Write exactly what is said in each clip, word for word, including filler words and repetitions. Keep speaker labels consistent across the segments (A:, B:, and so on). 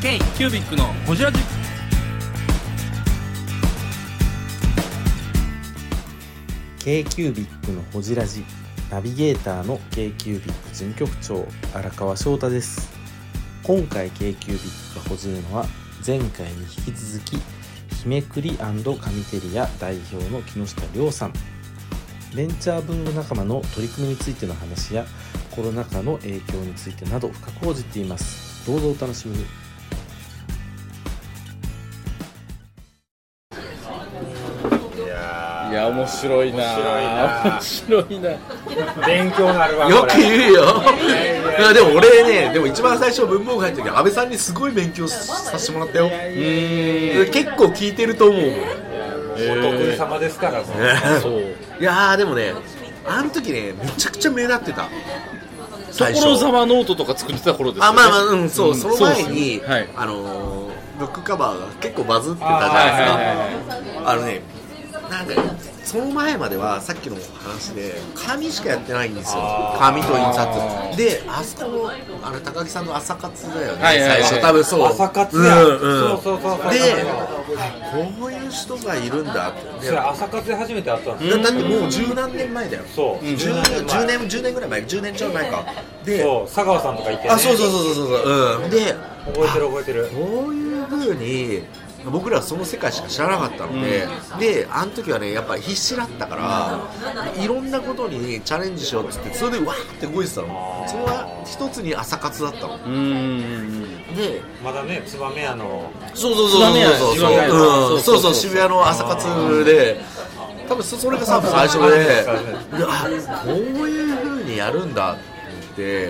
A: K キュービックのホジラジ。
B: K キュービックのホジラジ、ナビゲーターの K キュービック事務局長荒川翔太です。今回 K キュービックがほじるのは前回に引き続き日めくり&紙テリア代表の木下亮さん、ベンチャー文具仲間の取り組みについての話やコロナ禍の影響についてなど深く報じています。どうぞお楽しみに。
C: いや面白いな面白いな
D: 勉強になるわ。
E: よく言うよ。いやでも俺ね、でも一番最初文房具入った時安倍さんにすごい勉強させてもらったよ。うん、結構聞いてると思う。
D: お得意様ですからね。
E: そういやでもね、あの時ねめちゃくちゃ目立ってた。
C: 所沢ノートとか作ってた頃ですよね。
E: あまあまあうんそう、うん、その前に、
C: はい、
E: あのブックカバーが結構バズってたじゃないですか。あのね、なんかその前まではさっきの話で紙しかやってないんですよ。紙と印刷で、あそこのあれ高木さんの朝活だよね、はいはいはい、最初多分そう
D: 朝活や、うんうん、そうそうそう
E: そうで、こういう人がいるんだって。
D: それ朝活で初めて会ったんですよ。
E: だってもう十何年前だよ。
D: そう、
E: うん、じゅうねんじゅうねんぐらい前、じゅうねんちょい前かで、
D: そう佐川さんとかいてね。
E: あそうそうそうそうそう、うん、で
D: 覚えてる覚えてる。
E: こういう風に僕らはその世界しか知らなかったので、うん、であの時はねやっぱ必死だったから、うん、いろんなことにチャレンジしようって言ってそれでわーって動いてたの。それは一つに朝活だったの。うんで
D: まだねツバメ屋の
E: そうそうそうそうそうそうそう渋谷の朝活で多分それが多分最初で、あこういう風にやるんだって。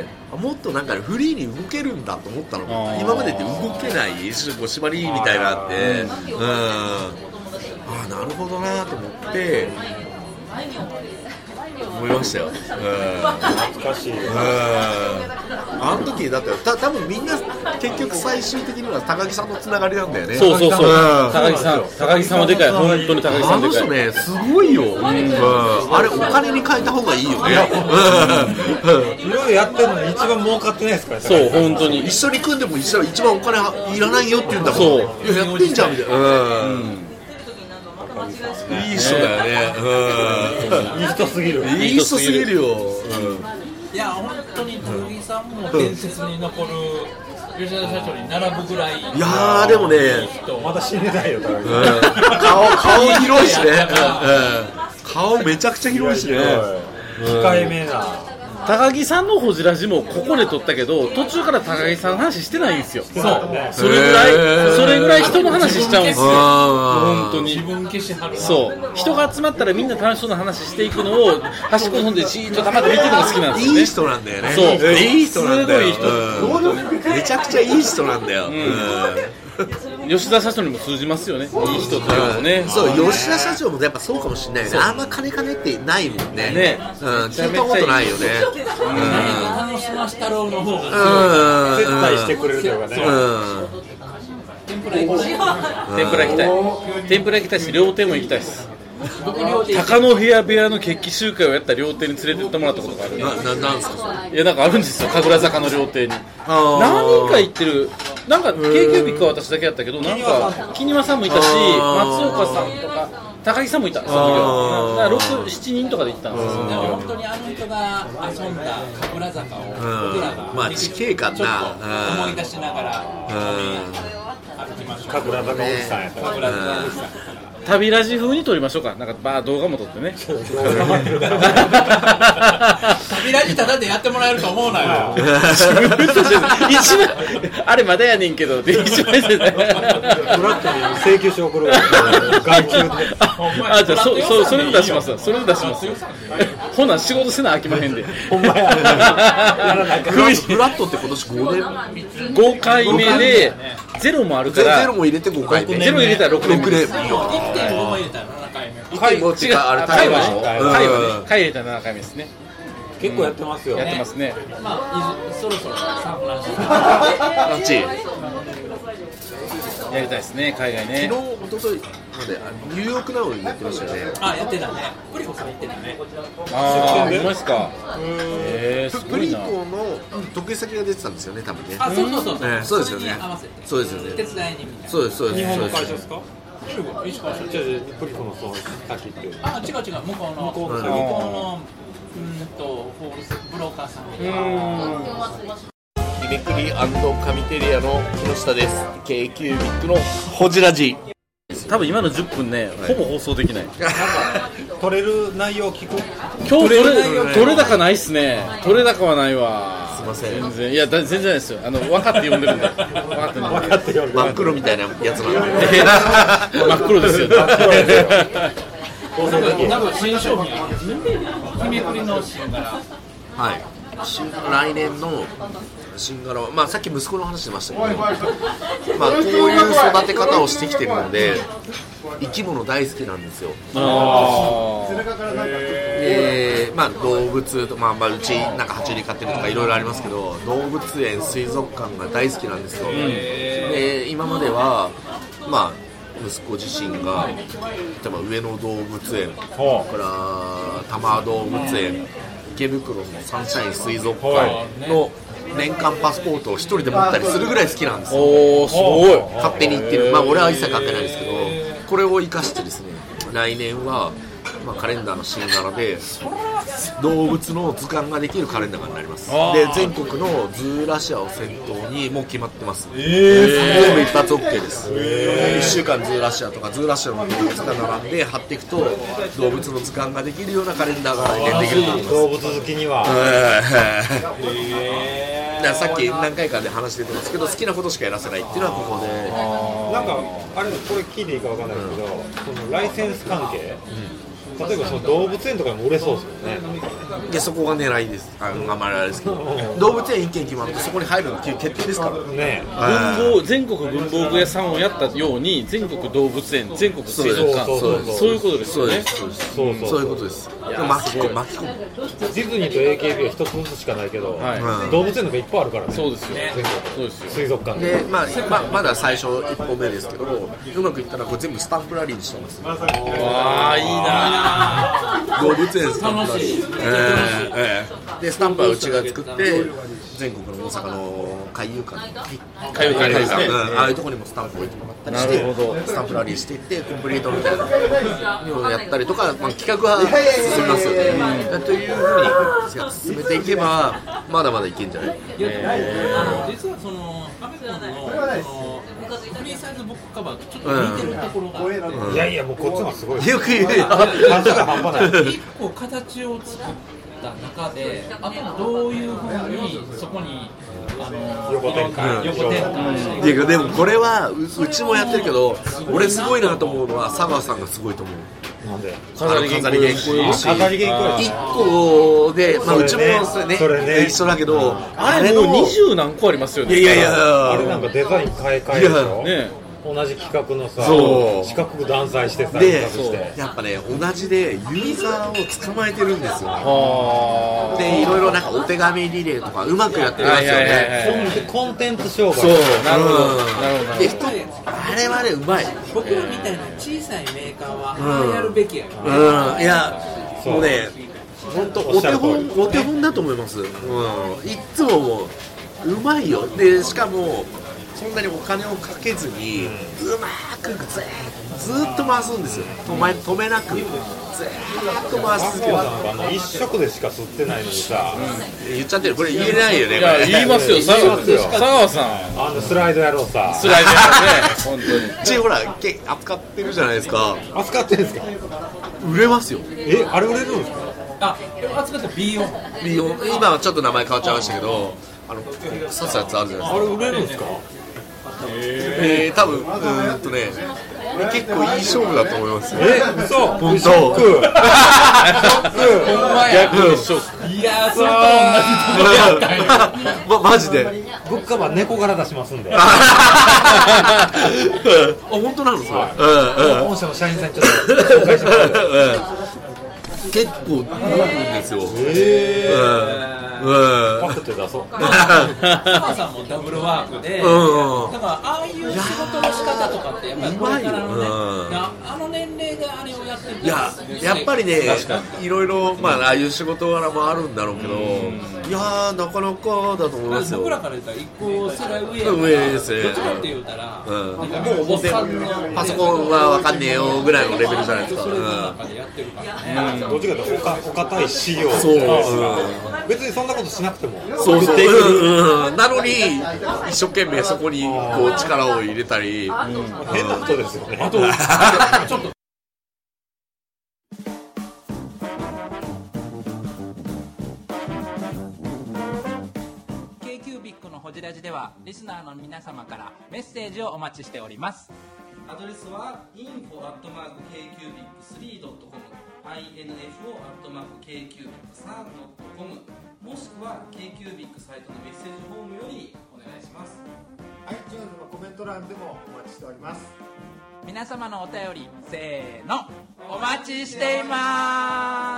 E: もっとなんかフリーに動けるんだと思ったの。今までって動けない縛りみたいなあって、うん、ああなるほどなと思って思いましたよ。うん、
D: 懐かしい。うん、
E: あの時だってた多分みんな結局最終的には高木さんのつながりなんだよね。
C: そうそうそう、うん、高木さん高木さんはでかい。本当に高木さんでかい。
E: あの人ねすごいよ、うんうん、あれお金に変えた方がいいよね。
D: いろいろやってるのに一番儲かってないですから。
C: そう本当に
E: 一緒に組んでも一緒一番お金いらないよって言うんだもん。
C: そう
E: いややってんじゃんみたいな。うんうんいい人だよね。
D: うん、いい人すぎる。
E: いい人すぎるよ。うん、
A: いや本当に高木さんも伝説に残る吉田社長に並ぶぐらい。
E: いやーでもね
D: まだ死んでないよ高木さん。うん、
E: 顔顔広いしね。うん、顔めちゃくちゃ広いしね。
D: 控えめな。
C: 高木さんのホジラジもここで撮ったけど途中から高木さんの話してないんですよ。そうそれぐらいそれぐらい人の話しちゃうんですよ。本当に
A: 自分消しはる。
C: そう人が集まったらみんな楽しそうな話していくのを端っこの方でじーっと黙って見てるのが好きなんですよね。
E: いい人なんだよね。
C: そう
E: いい人なんだよ。
C: すごいいい人。
E: めちゃくちゃいい人なんだよ。うん
C: 吉田社長にも通じますよね。いい人というのね、
E: うん、そう吉田社長もやっぱそうかもしれないよね。あんま金金ってないもんね。ね、うん、聞いたことないよね。
A: うん、楽しましたろうの方が
D: 絶対してくれるというかね。
A: うん、天ぷら行きたい。
C: 天ぷら行きたい。天ぷら行きたいし料亭も行きたいです。高野部屋部屋の決起集会をやった料亭に連れてってもらったことがある。
E: な、な、なんですかそれ。
C: いやなんかあるんですよ、神楽坂の料亭に。何人か行ってる。なんか K キュービックは私だけやったけど、なんか木庭さんもいたし、松岡さんとか高木さんもいた。その時ろく、しちにんとかで行ったんですよね。
A: 本当にあの人が遊んだ神楽坂を僕らが
E: まあ地形感な
A: 思い出しながら歩きましょう。
D: 神楽坂おじさんやった。
A: 神楽坂おじさん。
C: 旅ラジ風に撮りましょうか。なんかバー動画も撮ってね。
A: 旅ラジタダでやってもらえると思うなよ。
C: 一番あれまだやねんけどって一番ですね。
D: フラットに請求書送るわ。外注で。
C: あじゃあそそそれで出します。それで出します。ほな仕事せな飽きまへんで。
D: ほんまや。
E: フラットって今年ごねん
C: ごかいめでゼロもあるから
E: ゼロも入れてごかいめ。
C: ゼロ入れたらろくねんめ。
A: いってんごも入れたらななかいめ。
E: 回も違うあれ
C: 回はね回はね回入れたらななかいめですね。
D: 結構やってますよ。
C: やってますね。
A: まあそろそろサンフランシスコ
E: あっち
C: やりたいですね、海外ね。
E: 昨日一昨日までニューヨークナウにやってましたよね。
A: あやってたね。プリコさん行ってたね。
C: ああうまいっすか。へえすごいな。
E: プリコの得意先が出てたんですよね、多分ね。
A: あ、そうそうそうそう、
E: えーそうですよね
A: それに合わせて
E: そうですよね
A: 手伝いにみたいな。
E: そうですそうです
D: 日本の
E: そうです
D: 会社ですか？
A: 中国石川社長。
D: 違う違う、プリコのその先っていう。
A: あ、違う違う、向こうの向こう
E: の
A: のうんとホールセブローカーさんみたいな。
E: リベクリカミテリアの木下です。 K キュービックのホジラジ。
C: 多分今のじゅっぷんね、ほぼ放送できない。
D: 取れる内容聞く。
C: 今日取れ取れ高ないっすね。取れ高はないわ。
E: すいません、
C: 全然いやだ全然ないですよ。あの分かって読んでるんで。分かって読んでる。
D: 分かってよ。
E: 真っ黒みたいなやつなんで
C: 真っ黒ですよ。
A: なんか新商品あるんですね。日めくりの新柄。
E: はい、新来年の新柄は、まあ、さっき息子の話しましたけど、まあ、こういう育て方をしてきてるので生き物大好きなんですよ。
C: あ
E: で、まあ、動物と、まあまあ、うちなんか爬虫類飼ってるとかいろいろありますけど、動物園水族館が大好きなんですよ。で今までは、まあ、息子自身が例えば上野動物園、それから多摩動物園、池袋のサンシャイン水族館の年間パスポートを一人で持ったりするぐらい好きなんですよ。
C: おーすごい。
E: 勝手に行ってる、まあ俺は一切買ってないですけど、これを生かしてですね、来年は、まあ、カレンダーの新柄で動物の図鑑ができるカレンダーになります。で全国のズーラシアを先頭にもう決まってます。えー、全部一発 OK です。いっしゅうかんズーラシアとかズーラシアの動物が並んで貼っていくと動物の図鑑ができるようなカレンダーが来年できると思います。
D: 動物好きには。
E: だからさっき何回かで話出てますけど、好きなことしかやらせないっていうのはここで。
D: なんかあれこれ聞いていいかわかんないですけど、そのライセンス関係、例えばその動物園とかにも売れそうですよね。
E: でそこが狙いです。あのあんまりあれですけど、動物園一軒決まるとそこに入るの決定ですから
D: ね。
C: 文房全国文房具屋さんをやったように全国動物園、全国水族館、そういうことですよね。
E: そうそうそういうことです。巻き込む巻き込む。
D: ディズニーと エーケービー は一つずつしかないけど、
C: はい、
D: 動物園とかいっぱいあるからね。
C: そうですよ。
D: 全国
C: そうですよ。
D: 水族館
E: で、まあままだ最初一歩目ですけど、うまくいったらこれ全部スタンプラリーにしてます。
C: わあいいな。
E: 動物園スタンプラリー、えーえー、でスタンプはうちが作って全国の大阪の海遊館
C: 海遊館ですね、
E: うん、ああいうところにもスタンプ置いてもらったりしてスタンプラリーしていってコンプリートみたいなのをやったりとか、まあ、企画は進みますよね、うん、というふうに進めていけばまだまだいけんじゃない。
A: あの実はそのアメコンのフリーサイズブックカバーとちょっと似てるところがあって、
D: うん、いやいやもうこっちもすごい
E: よく言うよ
D: 数が半端ない。
A: 一個形を作った中で、あとどういうふうにそこにあの
D: 横展開
A: 横展開していく。
E: でもこれは う, うちもやってるけど、俺すごいなと思うのは佐川さんがすごいと思う。
D: なんで
E: 飾り原稿用紙
D: 飾り原稿用紙
E: いっこで、まあ、うちもそれね、
D: それね
E: 一緒だけど、
C: あれもうにじゅう何個ありますよね。
E: いやいやいや
D: あれなんかデザイン変え替えでしょ、
C: ね、
D: 同じ企画のさ、
E: そう
D: 四角く断裁してさ、
E: で
D: して
E: やっぱね同じでユーザーを捕まえてるんですよ。
C: は
E: でいろいろなんかお手紙リレーとかうまくやってますよ
C: はいはいはい
E: ね。
C: はい
D: コンコンテンツ商売。
E: そう
C: なるほど
E: うん
C: なるほど
E: で人あれはねうまい。
A: 僕らみたいな小さいメーカーはああやるべきやからね。
E: うん、いやもうね本当お手本お手本だと思います。うん、いっつももううまいよ。でしかもそんなにお金をかけずに、うまくずずっと回すんですよ。止め止めなくずっと回し続ける。
D: なんか一色でしか吸ってないのにさ、
E: 言っちゃってる。これ言えないよね。
C: いや言いますよ。佐川
D: 言いますよ
C: 佐川さん
D: あのスライドやろうさ、
C: スライドやね本当に。
E: うちほらけ扱ってるじゃないですか。
D: 扱ってるんですか。
E: 売れますよ。
D: え、あれ売れるんですか。
A: あ、扱った ビーオン。
E: 今はちょっと名前変わっちゃいましたけど、あの刺すやつあるじゃないですか。
D: あれ売れるんですか。
E: えー、多分うーんとね結構いい勝負だと思いますよ。
D: え、嘘。
E: 本当。
D: ショック。
A: ほんまや。
C: 逆にショック。
A: いやー、それと同じところやったんや。
E: ま、マジで。
D: ブックカバー猫柄出しますんで。
E: あ、本当なのそれ。うんうん。
D: 本社の社員さんにちょっと紹介してもらって。
E: 結構売るんですよ。
D: えー。
E: うん。うん。
D: パッとって出そう。
A: 澤さんもダブルワークで、
E: うん、
A: だからああいう仕事の仕方とかってやっぱりこれからのね、あの年齢であれをやってる。
E: いややっぱりね、いろいろまあああいう仕事柄もあるんだろうけど、いやなかなかだと思いますよ。
A: 僕らから言ったら一個世代上や
E: 上ですね。
A: どっちかって言うたら、
E: うん、もうおっさんのパソコンはわかんねえよぐらいのレベルじゃないですか。
A: それの中でやってるからね。
D: どっちかというとお堅い仕様。
E: そう。
D: 別にそんなことしなくても。
E: そうそう。うん、なのに一生懸命そこにこう力を入れたり、
D: 変なことですよね。
A: あとちょっと。ホジラジではリスナーの皆様からメッセージをお待ちしております。アドレスは インフォ アットマーク ケーキュービックスリー ドットコム インフォ アットマーク ケーキュービックスリー ドットコム もしくは K-Cubic サイトのメッセージフォームよりお願いします。
F: iTunes のコメント欄でもお待ちしております。
A: 皆様のお便りせーのお待ちしています。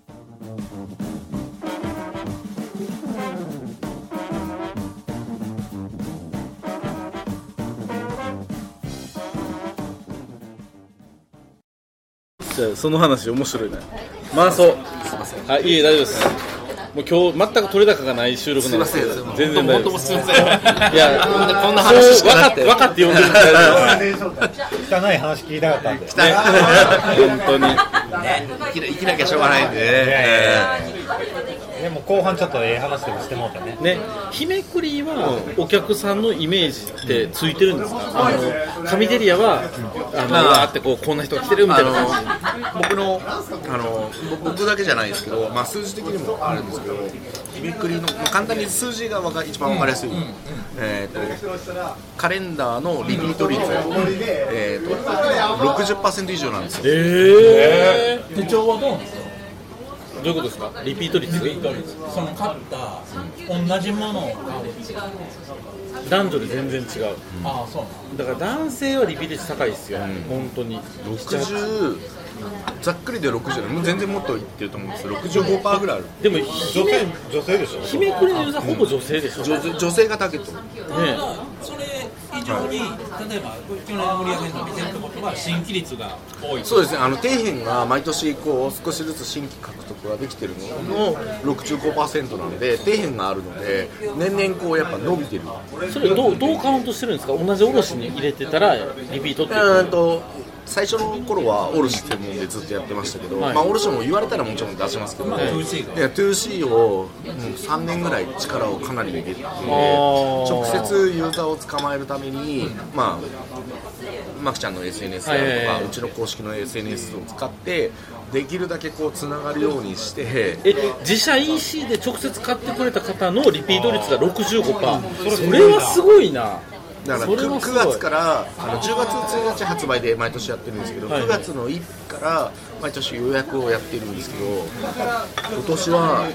C: その話面白いね。回そう。すいません。あ、いえ大丈夫です。もう今日全く取れ高がない収録なんですけど、全然大丈夫です。すいません。いやこんな話しかなくて分かって読んでるんです
D: けど。汚い話聞いたかったんで。
E: 汚い。本当に。
D: ね、
E: 生きなきゃしょうがないんでね。
D: でも後半ちょっとええ話でもしてもうてね。
C: ね、日めくりはお客さんのイメージってついてるんですか？あのカミデリアはあのわーってこうこんな人が来てるみたいな感
E: じ。僕のあの僕だけじゃないですけど、まあ数字的にもあるんですけど、日めくりの簡単に数字が一番わかりやすい。えっとカレンダーのリピート率えっとろくじゅっパーセント以上なんですよ。
A: えー、手帳はどうなんですか？
C: どういうことですか？リピート率。
A: リピート率。その買った同じものを買う。
C: 男女で全然違う。
A: ああ、そうなん
C: だ。だから男性はリピート率高いですよ。うん、本当に。
E: ろくじゅうざっくりでろくじゅう、もう全然もっといってると思うんですけど、ろくじゅうごパーセント ぐらいある。
C: でも
D: 女性女性でしょ。
C: 日めくりのユーザーほぼ女性でしょ。
E: 女, 女性がターゲット。ね。
A: それ以上に、例えば去年の売り上げの見せるってことは新規率が多い。
E: そうですね。あの底辺が毎年こう少しずつ新規獲得ができてるのの ろくじゅうごパーセント なので底辺があるので年々こうやっぱ伸びてる。
C: それどうどうカウントしてるんですか？同じ卸に入れてたらリピートっていう。
E: うんと最初の頃は卸専門でずっとやってましたけど、はい、まあ卸も言われたらもちろん出しますけど、ね、
A: ツーシー
E: いや ツーシー をもうさんねんぐらい力をかなり入れて直接ユーザーを捕まえるためにまあマキちゃんの エスエヌエス とか、はいはいはい、うちの公式の エスエヌエス を使ってできるだけこうつながるようにして
C: え自社 イーシー で直接買ってくれた方のリピート率が ろくじゅうごパーセント それはすごいな。
E: だからくがつからあのじゅうがつついたち発売で毎年やってるんですけど、はい、くがつのいっかから毎年予約をやってるんですけど今年は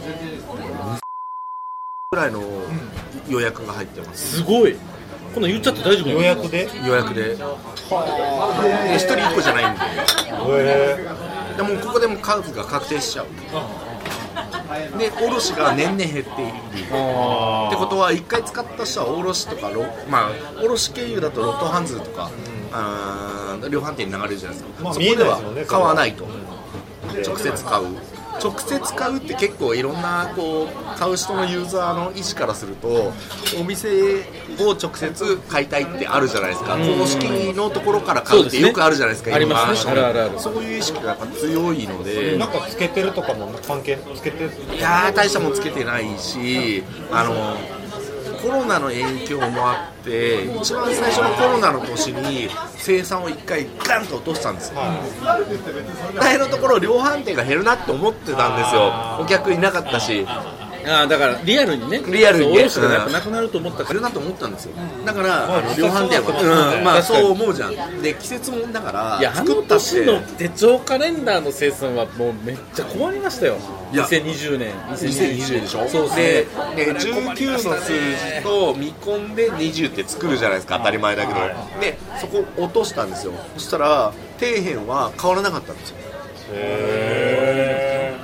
E: ぐらいの予約が入ってます。
C: すごい。こんな言っちゃって大丈夫？
D: 予約で
E: 予約でひとりいっこじゃないんで、
D: へ
E: ー、でもここでも数が確定しちゃう。で卸が年々減っているってことはいっかい使った人は卸とかロ、まあ、卸経由だとロットハンズとか、うん、あ量販店に流れるじゃないですか、まあ、そこでは買わないと直接買う直接買うって結構いろんなこう買う人のユーザーの意思からするとお店を直接買いたいってあるじゃないですか、公式のところから買うってよくあるじゃないですか、
C: ね、ありますね、あるあるある。
E: そういう意識がやっぱ強いので、
D: なんかつけてるとかも関係つけてる？
E: いやー大したもんつけてないし、あのコロナの影響もあって一番最初のコロナの年に生産をいっかいガンと落としたんですよ、はい、大のところ量販店が減るなって思ってたんですよ。お客いなかったし、
C: あだからリアルにね、
E: リアルにね、
C: 卸がやっぱなくなると思ったから、
E: なと思ったんですよ。だから、まあ、量販店は、うん、まあそう思うじゃん。で季節もんだから、
C: いやあの年の手帳カレンダーの生産はもうめっちゃ困りましたよ。にせんにじゅうねん、
E: にせんにじゅうねんでしょ。
C: そう
E: で、でじゅうきゅうの数字と見込んでにじゅうって作るじゃないですか、当たり前だけど。でそこ落としたんですよ。そしたら底辺は変わらなかったんですよ。
D: へー。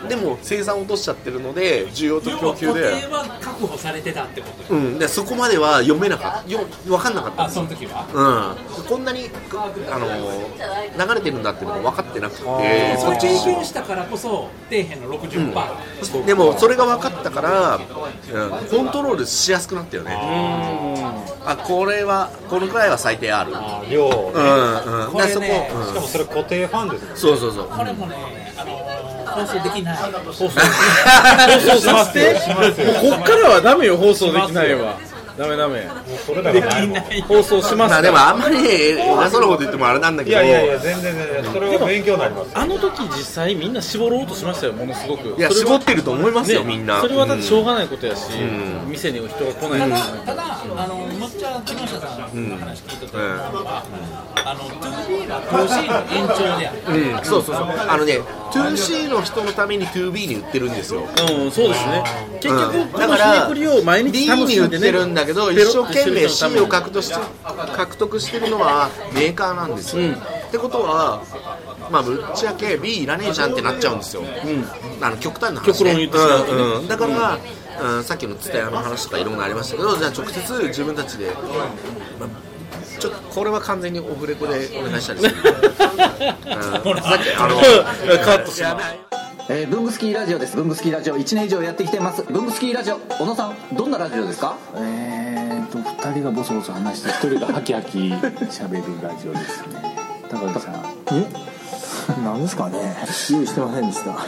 E: でも生産落としちゃってるので需要と供給で
A: 要は固定は確保されてたってことよ、
E: うん、でそこまでは読めなかったよ分かんなかったんですよ。
A: あその時は、
E: うん、こんなにあの流れてるんだっていうのが分かってなくて、
A: それ経験したからこそ底辺の ろくじゅっパーセント、
E: うん、でもそれが分かったから、うん、コントロールしやすくなったよね。あこれはこのくらいは最低ある
D: あ量、ね、
E: うんうん、
A: これね、
E: うん、
D: しかもそれ固定ファンですね。
E: そうそうそう、
A: これもね、あの放送できない放送
C: 放送させてもうこっからはダメよ、放送できないわ、ダメダメ、
D: それだけないもん。
C: 放送しますから。
E: まあでもあんまり偉そうなこと言ってもあれなんだけど、
D: いやいやいや全然全然それは勉強になります。
C: あの時実際みんな絞ろうとしましたよ、ものすごく。
E: いや絞ってると思いますよ、ね、みんな。
C: それはだってしょうがないことやし、
E: うん、
C: 店に人が来ない。
A: ただただあのむっちゃ木下さんの話聞いてたのは、うん、あの ツービー は ツーシー の延長である、
E: うん、そうそうそう、あのね ツーシー の人のために ツービー に売ってるんですよ。
C: うん、そうですね。結局、
E: うん、
C: だから ディー に売ってるんだけど、
E: 一生懸命 シー を獲得して獲得してるのはメーカーなんですよ、うん、ってことは、まあ、ぶっちゃけ ビー いらねえじゃんってなっちゃうんですよ、うん、あの極端な話、ね、
C: 極論言ってしまうとね、
E: うんうん、だから、うん、さっきのツタヤの話とかいろんなありましたけど、じゃあ直接自分たちで、まあちょっとこれは完全にオフレコでお願いしたりする、うん、さっきあのカットします。
G: えー、ブングスキーラジオです。ブングスキーラジオいちねん以上やってきてます。ブングスキーラジオ、小野さんどんなラジオですか？
H: えーとふたりがボソボソ話してひとりがハキハキ喋るラジオですね。高木さん、えなんですかね、用意してませんでした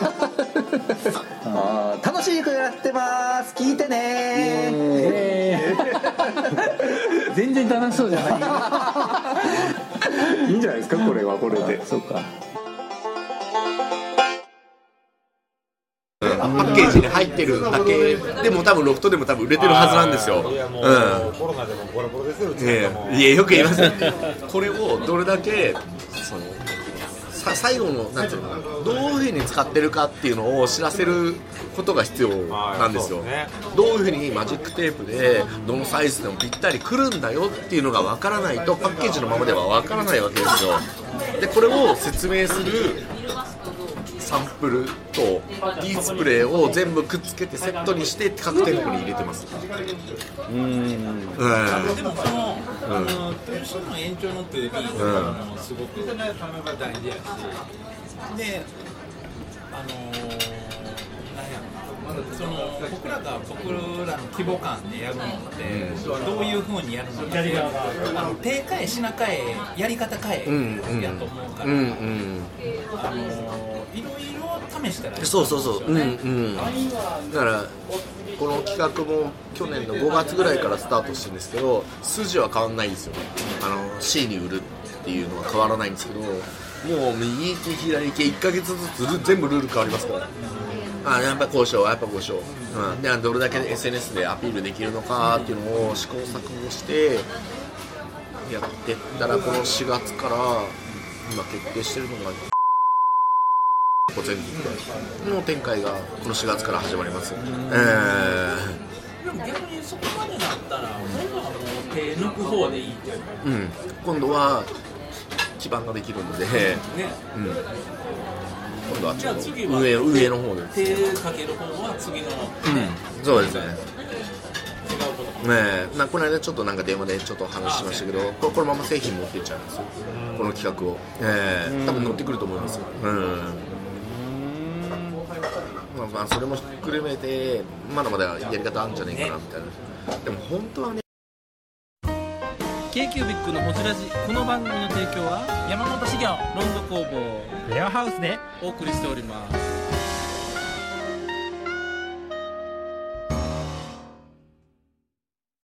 G: あ楽しくやってます、聞いてねー
H: 全然楽しそうじゃないいいんじゃないですか、これはこれで。そうか、
E: パッケージに入ってるだけでも多分ロフトでも多分売れてるはずなんですよ。
D: いやもう、
E: うん、
D: コロナでもボロボロですよ、うち
E: なんかもう。いやよく言いますこれをどれだけそのさ最後のなんていうのかな、どういう風に使ってるかっていうのを知らせることが必要なんですよ。
D: ね、
E: どういう風にマジックテープでどのサイズでもぴったりくるんだよっていうのがわからないとパッケージのままではわからないわけですよ。でこれを説明するサンプルとディスプレイを全部くっつけてセットにして各店舗に入れてます。
C: うーん、うん、
A: でもその、うん、あのトゥーシーの延長の ツービー がすごく大事やし、で、あのー、なんやその僕らが僕らの規模感でやるのって、うん、どういう風にやるのって、あの手変え品変えやり方変えやと思うから、うんうん、あのーいろいろ試したらいい、ね、
E: そうそうそう、うんうん、だからこの企画も去年のごがつぐらいからスタートしてるんですけど、筋は変わらないんですよ。あの シー に売るっていうのは変わらないんですけど、もう右行き左行きいっかげつずつ全部ルール変わりますから、あやっぱこうしようやっぱこうしよう、うん、でどれだけ エスエヌエス でアピールできるのかっていうのを試行錯誤してやってったら、このしがつから今決定してるのが全部の展開がこのしがつから始まります。え
A: ー、でも逆にそこまでなったら、今度はもう手抜く方でいいっていう、
E: うん、今度は基盤ができるので、ね、うん、今度はちょっと上上の方で
A: 手かける方は次の、ね、
E: うん、そうですね。
A: 違うこと
E: ねえ、まあ、この間ちょっとなんか電話でちょっと話しましたけど、これこのまま製品持っていっちゃうんですよ、この企画を、えー、多分乗ってくると思いますよ。うん、まあ、それもひっくるめてまだまだやり方あるんじゃないかなみたいな。でも本当はね、
A: k q b i c のホジラジ、この番組の提供は山本資源ロンド工房レアハウスでお送りしております。